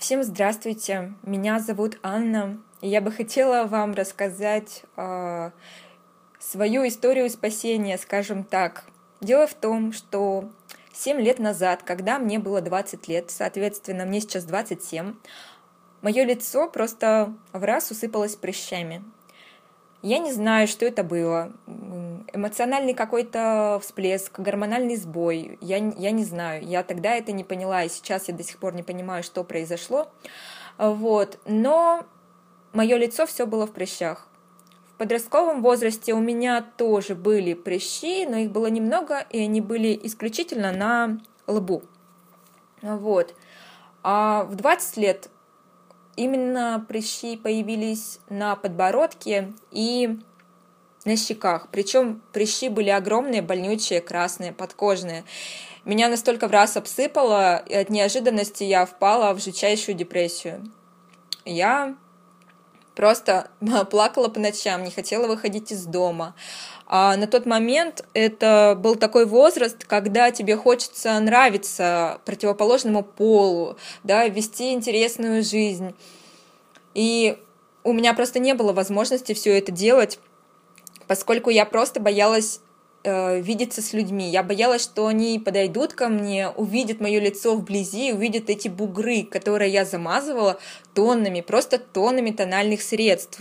Всем здравствуйте, меня зовут Анна, и я бы хотела вам рассказать свою историю спасения, скажем так. Дело в том, что 7 лет назад, когда мне было 20 лет, соответственно, мне сейчас 27, мое лицо просто в раз усыпалось прыщами. Я не знаю, что это было. Эмоциональный какой-то всплеск, гормональный сбой. Я не знаю. Я тогда это не поняла, и сейчас я до сих пор не понимаю, что произошло. Вот. Но мое лицо все было в прыщах. В подростковом возрасте у меня тоже были прыщи, но их было немного, и они были исключительно на лбу. Вот. А в 20 лет именно прыщи появились на подбородке и на щеках. Причем прыщи были огромные, больнючие, красные, подкожные. Меня настолько в раз обсыпало, и от неожиданности я впала в жутчайшую депрессию. Я просто плакала по ночам, не хотела выходить из дома. А на тот момент это был такой возраст, когда тебе хочется нравиться противоположному полу, да, вести интересную жизнь. И у меня просто не было возможности все это делать, поскольку я просто боялась видеться с людьми. Я боялась, что они подойдут ко мне, увидят мое лицо вблизи, увидят эти бугры, которые я замазывала тоннами, просто тоннами тональных средств.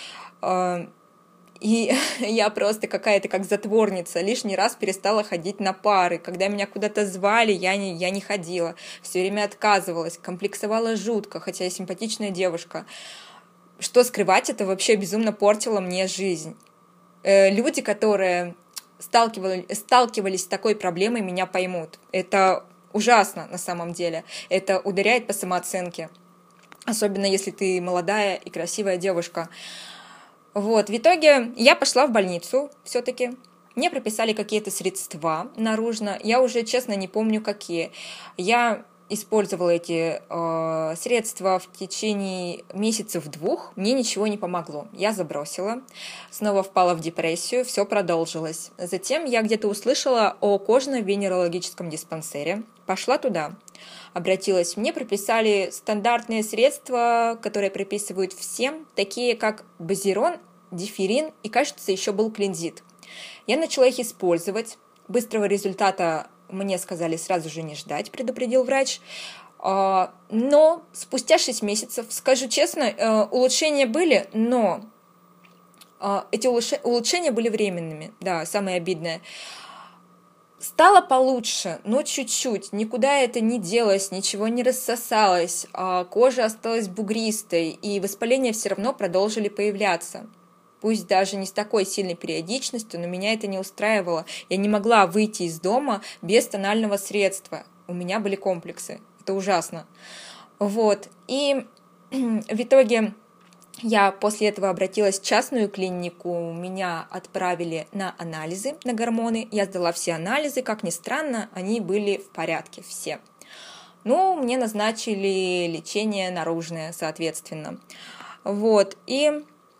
И я просто какая-то как затворница, лишний раз перестала ходить на пары. Когда меня куда-то звали, я не ходила, все время отказывалась, комплексовала жутко, хотя я симпатичная девушка. Что скрывать, это вообще безумно портило мне жизнь. Люди, которые сталкивались с такой проблемой, меня поймут. Это ужасно на самом деле. Это ударяет по самооценке. Особенно если ты молодая и красивая девушка. Вот, в итоге я пошла в больницу все-таки. Мне прописали какие-то средства наружно. Я уже, честно, не помню, какие. Я использовала эти средства в течение месяцев 2. Мне ничего не помогло. Я забросила, снова впала в депрессию, все продолжилось. Затем я где-то услышала о кожно-венерологическом диспансере. Пошла туда, обратилась. Мне прописали стандартные средства, которые прописывают всем, такие как базирон, диферин и, кажется, еще был клинзит. Я начала их использовать. Быстрого результата мне сказали сразу же не ждать, предупредил врач. Но спустя 6 месяцев, скажу честно, улучшения были, но эти улучшения были временными. Да, самое обидное. Стало получше, но чуть-чуть. Никуда это не делось, ничего не рассосалось. Кожа осталась бугристой, и воспаления все равно продолжили появляться. Пусть даже не с такой сильной периодичностью, но меня это не устраивало. Я не могла выйти из дома без тонального средства. У меня были комплексы. Это ужасно. Вот. И в итоге я после этого обратилась в частную клинику. Меня отправили на анализы, на гормоны. Я сдала все анализы. Как ни странно, они были в порядке все. Ну, мне назначили лечение наружное, соответственно. Вот. И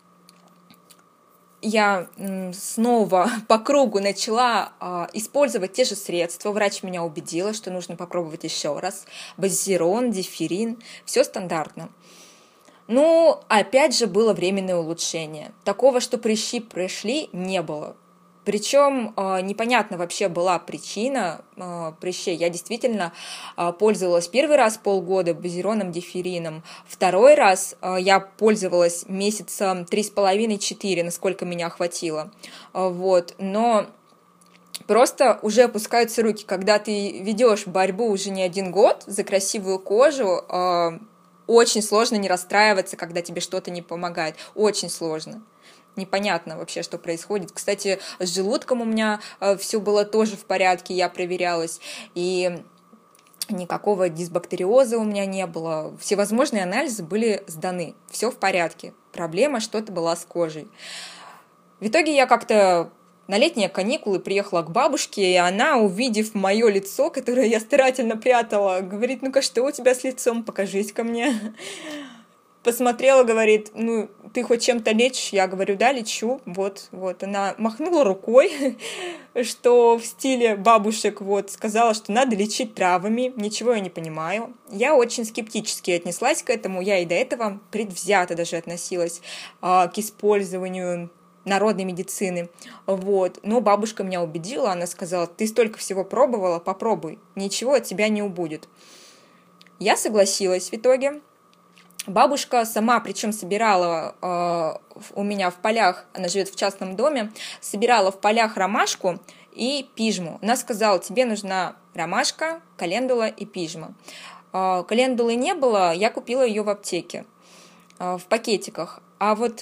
я снова по кругу начала использовать те же средства. Врач меня убедила, что нужно попробовать еще раз. Базирон, диферин, все стандартно. Ну, опять же, было временное улучшение. Такого, что прыщи прошли, не было. Причем непонятна вообще была причина прыщей. Я действительно пользовалась первый раз полгода базироном, диферином. Второй раз я пользовалась месяца 3,5-4, насколько меня хватило. Вот. Но просто уже опускаются руки. Когда ты ведешь борьбу уже не 1 год за красивую кожу, очень сложно не расстраиваться, когда тебе что-то не помогает. Очень сложно. Непонятно вообще, что происходит. Кстати, с желудком у меня все было тоже в порядке, я проверялась, и никакого дисбактериоза у меня не было. Всевозможные анализы были сданы, все в порядке. Проблема что-то была с кожей. В итоге я как-то на летние каникулы приехала к бабушке, и она, увидев мое лицо, которое я старательно прятала, говорит: «Ну-ка, что у тебя с лицом? Покажись ко мне». посмотрела, говорит, ну, ты хоть чем-то лечишь? Я говорю, да, лечу, вот. Она махнула рукой, что в стиле бабушек, вот, сказала, что надо лечить травами, ничего я не понимаю. Я очень скептически отнеслась к этому, я и до этого предвзято даже относилась к использованию народной медицины, вот. Но бабушка меня убедила, она сказала, ты столько всего пробовала, попробуй, ничего от тебя не убудет. Я согласилась в итоге. Бабушка сама, причем собирала у меня в полях, она живет в частном доме, собирала в полях ромашку и пижму. Она сказала, тебе нужна ромашка, календула и пижма. Календулы не было, я купила ее в аптеке, в пакетиках. А вот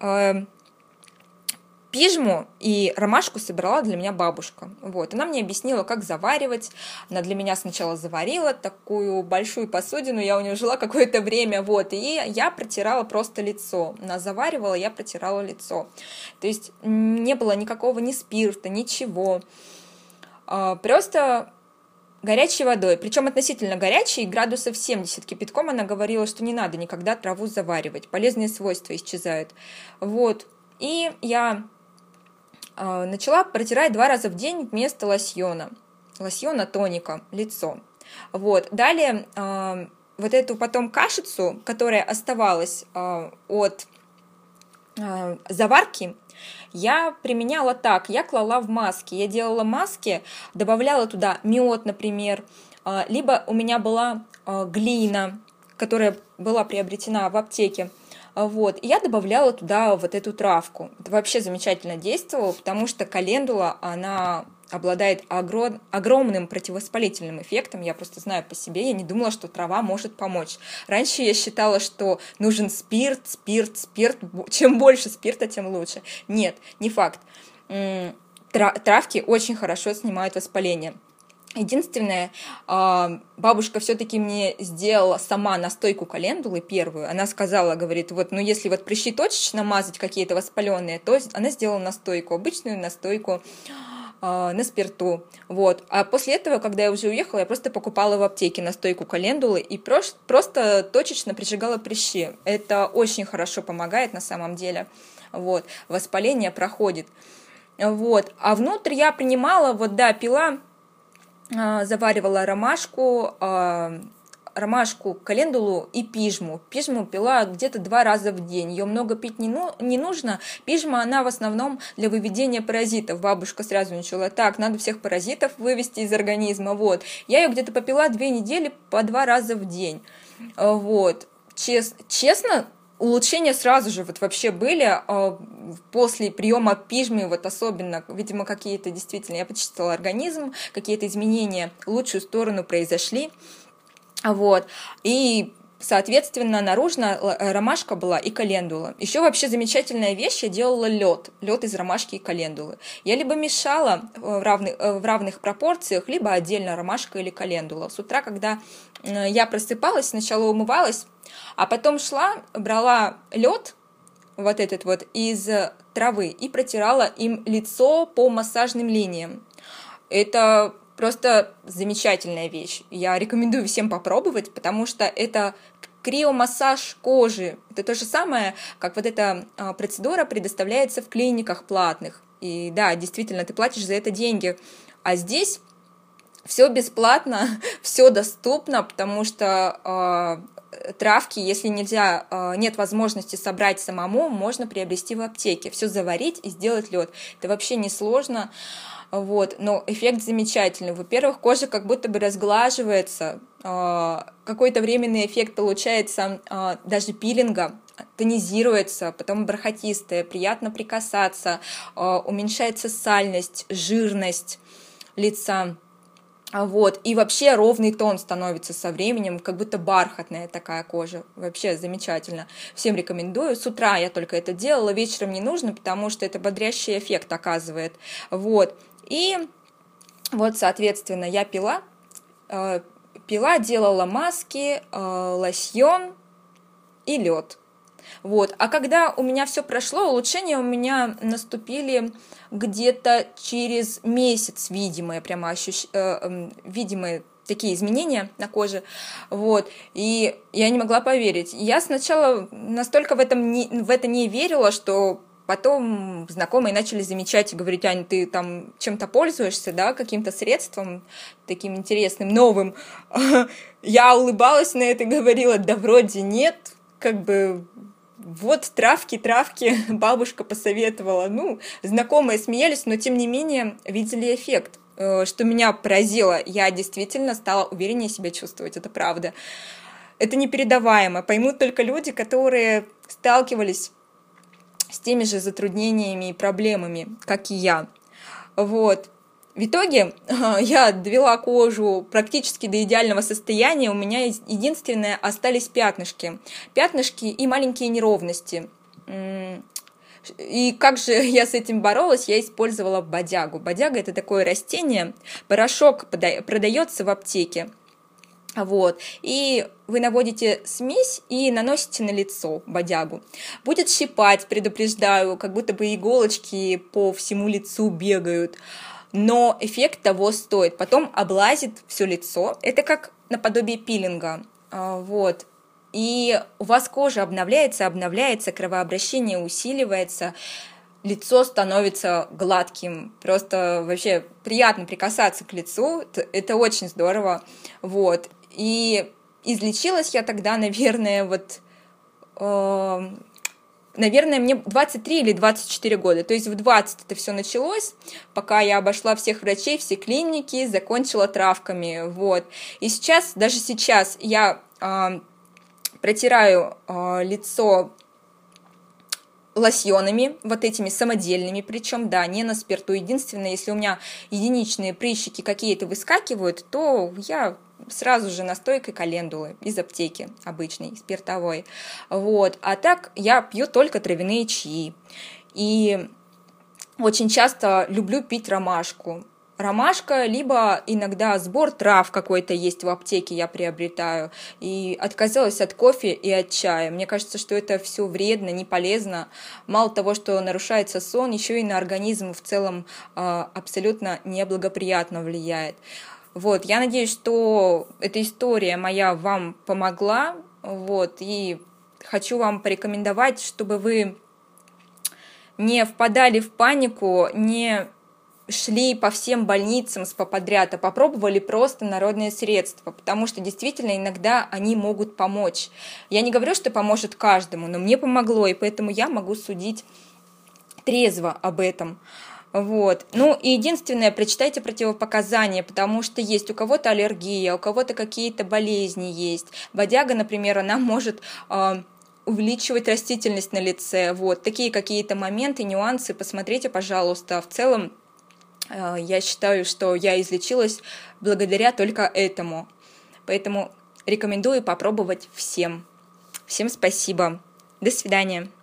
пижму и ромашку собрала для меня бабушка. Вот. Она мне объяснила, как заваривать. Она для меня сначала заварила такую большую посудину, я у нее жила какое-то время, вот, и я протирала просто лицо. Она заваривала, я протирала лицо. То есть не было никакого ни спирта, ничего. Просто горячей водой, причем относительно горячей, градусов 70 кипятком. Она говорила, что не надо никогда траву заваривать, полезные свойства исчезают. Вот. И я начала протирать 2 раза в день вместо лосьона тоника, лицо. Вот. Далее вот эту потом кашицу, которая оставалась от заварки, я применяла так, я клала в маски, я делала маски, добавляла туда мед, например, либо у меня была глина, которая была приобретена в аптеке, вот, и я добавляла туда вот эту травку. Это вообще замечательно действовало, потому что календула, она обладает огромным противовоспалительным эффектом, я просто знаю по себе, я не думала, что трава может помочь. Раньше я считала, что нужен спирт, чем больше спирта, тем лучше. Нет, не факт. Травки очень хорошо снимают воспаление. Единственное, бабушка все-таки мне сделала сама настойку календулы первую. Она сказала, говорит, вот, ну если вот прыщи точечно мазать какие-то воспаленные, то она сделала настойку, обычную настойку на спирту. Вот. А после этого, когда я уже уехала, я просто покупала в аптеке настойку календулы и просто точечно прижигала прыщи. Это очень хорошо помогает на самом деле. Вот. Воспаление проходит. Вот. А внутрь я принимала, вот да, пила, заваривала ромашку, календулу и пижму. Пижму пила где-то 2 раза в день. Ее много пить не нужно. Пижма, она в основном для выведения паразитов. Бабушка сразу начала, так, надо всех паразитов вывести из организма. Вот. Я ее где-то попила 2 недели по 2 раза в день. Вот. Честно, улучшения сразу же вот вообще были после приема пижмы, вот особенно, видимо, какие-то действительно, я почистила организм, какие-то изменения в лучшую сторону произошли, вот, и соответственно, наружно ромашка была и календула. Еще вообще замечательная вещь, я делала лед из ромашки и календулы. Я либо мешала в равных пропорциях, либо отдельно ромашка или календула. С утра, когда я просыпалась, сначала умывалась, а потом шла, брала лед вот этот вот из травы и протирала им лицо по массажным линиям. Это просто замечательная вещь. Я рекомендую всем попробовать, потому что это криомассаж кожи. Это то же самое, как вот эта процедура предоставляется в клиниках платных. И да, действительно, ты платишь за это деньги. А здесь все бесплатно, все доступно, потому что травки, если нет возможности собрать самому, можно приобрести в аптеке. Все заварить и сделать лед. Это вообще не сложно. Вот, но эффект замечательный. Во-первых, кожа как будто бы разглаживается, какой-то временный эффект получается даже пилинга, тонизируется, потом бархатистая, приятно прикасаться, уменьшается сальность, жирность лица. Вот, и вообще ровный тон становится со временем, как будто бархатная такая кожа. Вообще замечательно. Всем рекомендую. С утра я только это делала, вечером не нужно, потому что это бодрящий эффект оказывает. Вот. И вот, соответственно, я пила, делала маски, лосьон и лед. Вот. А когда у меня все прошло, улучшения у меня наступили где-то через месяц, видимые такие изменения на коже, вот, и я не могла поверить. Я сначала настолько в это не верила, что потом знакомые начали замечать и говорить: Ань, ты там чем-то пользуешься, да, каким-то средством таким интересным, новым. Я улыбалась на это и говорила: да вроде нет, как бы вот травки, бабушка посоветовала. Ну, знакомые смеялись, но тем не менее видели эффект. Что меня поразило, я действительно стала увереннее себя чувствовать, это правда. Это непередаваемо, поймут только люди, которые сталкивались с теми же затруднениями и проблемами, как и я. Вот. В итоге я довела кожу практически до идеального состояния, у меня единственное остались пятнышки и маленькие неровности. И как же я с этим боролась? Я использовала бодягу. Бодяга — это такое растение, порошок продается в аптеке. Вот. И вы наводите смесь и наносите на лицо бодягу. Будет щипать, предупреждаю, как будто бы иголочки по всему лицу бегают. Но эффект того стоит. Потом облазит все лицо. Это как наподобие пилинга. Вот. И у вас кожа обновляется, кровообращение усиливается, лицо становится гладким. Просто вообще приятно прикасаться к лицу, это очень здорово. Вот. И излечилась я тогда, наверное, мне 23 или 24 года. То есть в 20 это все началось, пока я обошла всех врачей, все клиники, закончила травками. Вот. И даже сейчас я протираю лицо лосьонами, вот этими самодельными, причем, да, не на спирту. Единственное, если у меня единичные прыщики какие-то выскакивают, то я сразу же настойкой календулы из аптеки обычной, спиртовой. Вот. А так я пью только травяные чаи. И очень часто люблю пить ромашку. Ромашка, либо иногда сбор трав какой-то есть в аптеке, я приобретаю. И отказалась от кофе и от чая. Мне кажется, что это все вредно, не полезно. Мало того, что нарушается сон, еще и на организм в целом абсолютно неблагоприятно влияет. Вот, я надеюсь, что эта история моя вам помогла. Вот, и хочу вам порекомендовать, чтобы вы не впадали в панику, не шли по всем больницам подряд, а попробовали просто народные средства, потому что действительно иногда они могут помочь. Я не говорю, что поможет каждому, но мне помогло, и поэтому я могу судить трезво об этом. Вот. Ну и единственное, прочитайте противопоказания, потому что есть у кого-то аллергия, у кого-то какие-то болезни есть. Бодяга, например, она может увеличивать растительность на лице. Вот. Такие какие-то моменты, нюансы, посмотрите, пожалуйста. В целом, я считаю, что я излечилась благодаря только этому. Поэтому рекомендую попробовать всем. Всем спасибо. До свидания.